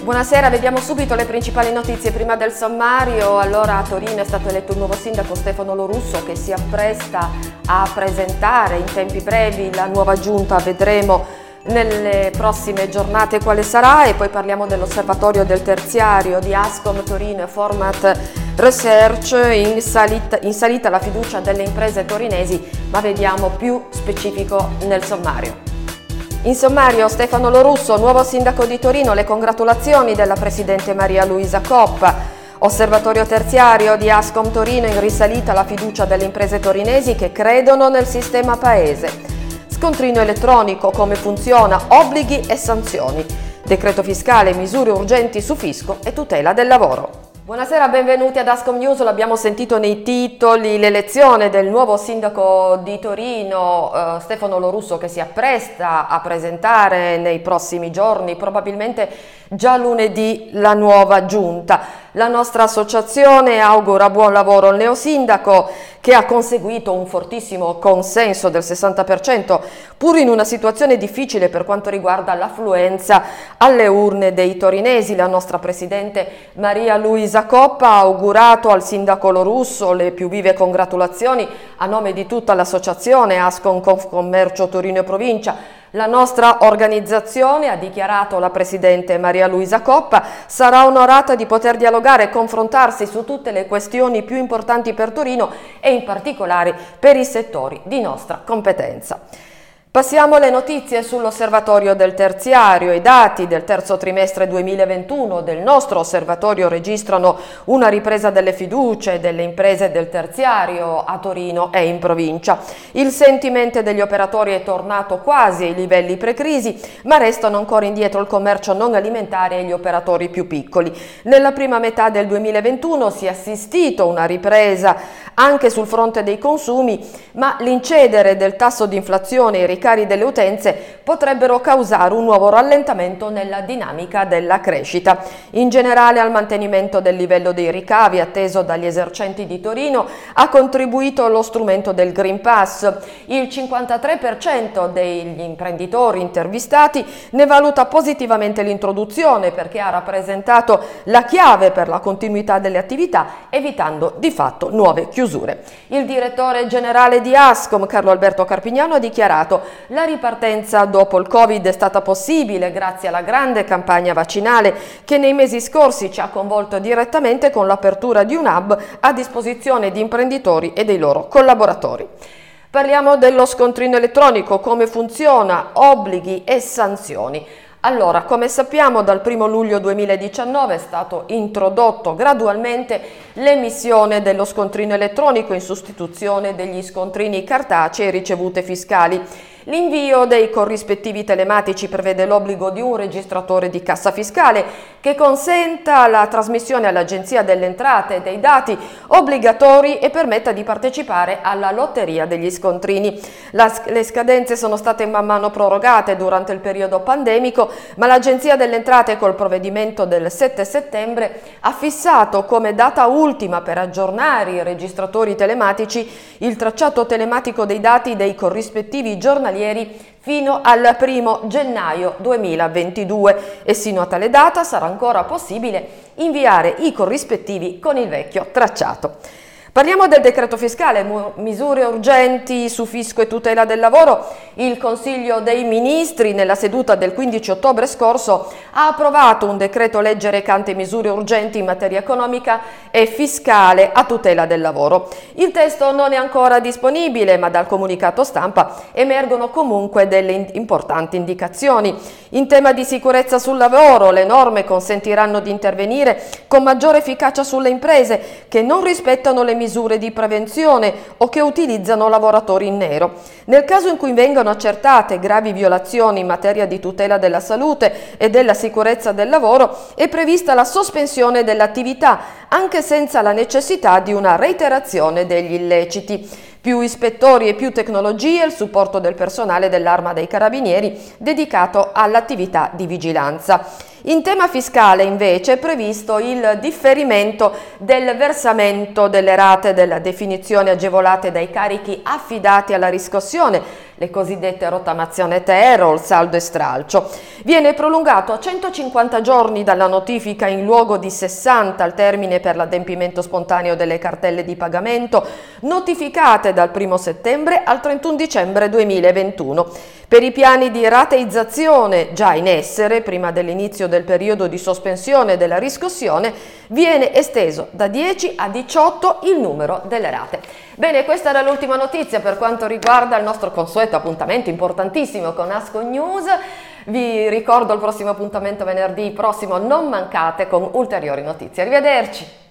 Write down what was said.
Buonasera, vediamo subito le principali notizie prima del sommario. Allora a Torino è stato eletto il nuovo sindaco Stefano Lorusso che si appresta a presentare in tempi brevi la nuova giunta, vedremo nelle prossime giornate quale sarà, e poi parliamo dell'osservatorio del terziario di Ascom Torino e Format Research, in salita la fiducia delle imprese torinesi, ma vediamo più specifico nel sommario. In sommario, Stefano Lorusso, nuovo sindaco di Torino, le congratulazioni della presidente Maria Luisa Coppa. Osservatorio terziario di Ascom Torino, in risalita la fiducia delle imprese torinesi che credono nel sistema paese. Scontrino elettronico, come funziona, obblighi e sanzioni. Decreto fiscale, misure urgenti su fisco e tutela del lavoro. Buonasera, benvenuti ad Ascom News. L'abbiamo sentito nei titoli, l'elezione del nuovo sindaco di Torino, Stefano Lorusso, che si appresta a presentare nei prossimi giorni, probabilmente già lunedì, la nuova giunta. La nostra associazione augura buon lavoro al neosindaco, che ha conseguito un fortissimo consenso del 60%, pur in una situazione difficile per quanto riguarda l'affluenza alle urne dei torinesi. La nostra presidente Maria Luisa Coppa ha augurato al sindaco Lorusso le più vive congratulazioni a nome di tutta l'associazione Ascom Confcommercio Torino e Provincia. La nostra organizzazione, ha dichiarato la presidente Maria Luisa Coppa, sarà onorata di poter dialogare e confrontarsi su tutte le questioni più importanti per Torino e in particolare per i settori di nostra competenza. Passiamo alle notizie sull'osservatorio del terziario. I dati del terzo trimestre 2021 del nostro osservatorio registrano una ripresa delle fiducie delle imprese del terziario a Torino e in provincia. Il sentimento degli operatori è tornato quasi ai livelli pre-crisi, ma restano ancora indietro il commercio non alimentare e gli operatori più piccoli. Nella prima metà del 2021 si è assistito a una ripresa anche sul fronte dei consumi, ma l'incedere del tasso di inflazione e i ricavi delle utenze potrebbero causare un nuovo rallentamento nella dinamica della crescita. In generale, al mantenimento del livello dei ricavi atteso dagli esercenti di Torino ha contribuito lo strumento del Green Pass. Il 53% degli imprenditori intervistati ne valuta positivamente l'introduzione, perché ha rappresentato la chiave per la continuità delle attività, evitando di fatto nuove chiusure. Il direttore generale di Ascom, Carlo Alberto Carpignano, ha dichiarato: la ripartenza dopo il Covid è stata possibile grazie alla grande campagna vaccinale che nei mesi scorsi ci ha coinvolto direttamente con l'apertura di un hub a disposizione di imprenditori e dei loro collaboratori. Parliamo dello scontrino elettronico, come funziona, obblighi e sanzioni. Allora, come sappiamo, dal 1 luglio 2019 è stato introdotto gradualmente l'emissione dello scontrino elettronico in sostituzione degli scontrini cartacei e ricevute fiscali. L'invio dei corrispettivi telematici prevede l'obbligo di un registratore di cassa fiscale che consenta la trasmissione all'Agenzia delle Entrate dei dati obbligatori e permetta di partecipare alla lotteria degli scontrini. Le scadenze sono state man mano prorogate durante il periodo pandemico, ma l'Agenzia delle Entrate col provvedimento del 7 settembre ha fissato come data ultima per aggiornare i registratori telematici il tracciato telematico dei dati dei corrispettivi giornalieri fino al 1 gennaio 2022 e sino a tale data sarà ancora possibile inviare i corrispettivi con il vecchio tracciato. Parliamo del decreto fiscale, misure urgenti su fisco e tutela del lavoro. Il Consiglio dei Ministri nella seduta del 15 ottobre scorso ha approvato un decreto legge recante misure urgenti in materia economica e fiscale a tutela del lavoro. Il testo non è ancora disponibile, ma dal comunicato stampa emergono comunque delle importanti indicazioni. In tema di sicurezza sul lavoro, le norme consentiranno di intervenire con maggiore efficacia sulle imprese che non rispettano le misure di prevenzione o che utilizzano lavoratori in nero. Nel caso in cui vengano accertate gravi violazioni in materia di tutela della salute e della sicurezza del lavoro, è prevista la sospensione dell'attività, anche senza la necessità di una reiterazione degli illeciti. Più ispettori e più tecnologie, il supporto del personale dell'Arma dei Carabinieri dedicato all'attività di vigilanza. In tema fiscale invece è previsto il differimento del versamento delle rate della definizione agevolate dai carichi affidati alla riscossione, le cosiddette rottamazione ter o il saldo e stralcio. Viene prolungato a 150 giorni dalla notifica in luogo di 60 al termine per l'adempimento spontaneo delle cartelle di pagamento notificate dal 1 settembre al 31 dicembre 2021. Per i piani di rateizzazione già in essere, prima dell'inizio del periodo di sospensione della riscossione, viene esteso da 10 a 18 il numero delle rate. Bene, questa era l'ultima notizia per quanto riguarda il nostro consueto appuntamento importantissimo con Asco News. Vi ricordo il prossimo appuntamento venerdì prossimo, non mancate con ulteriori notizie. Arrivederci!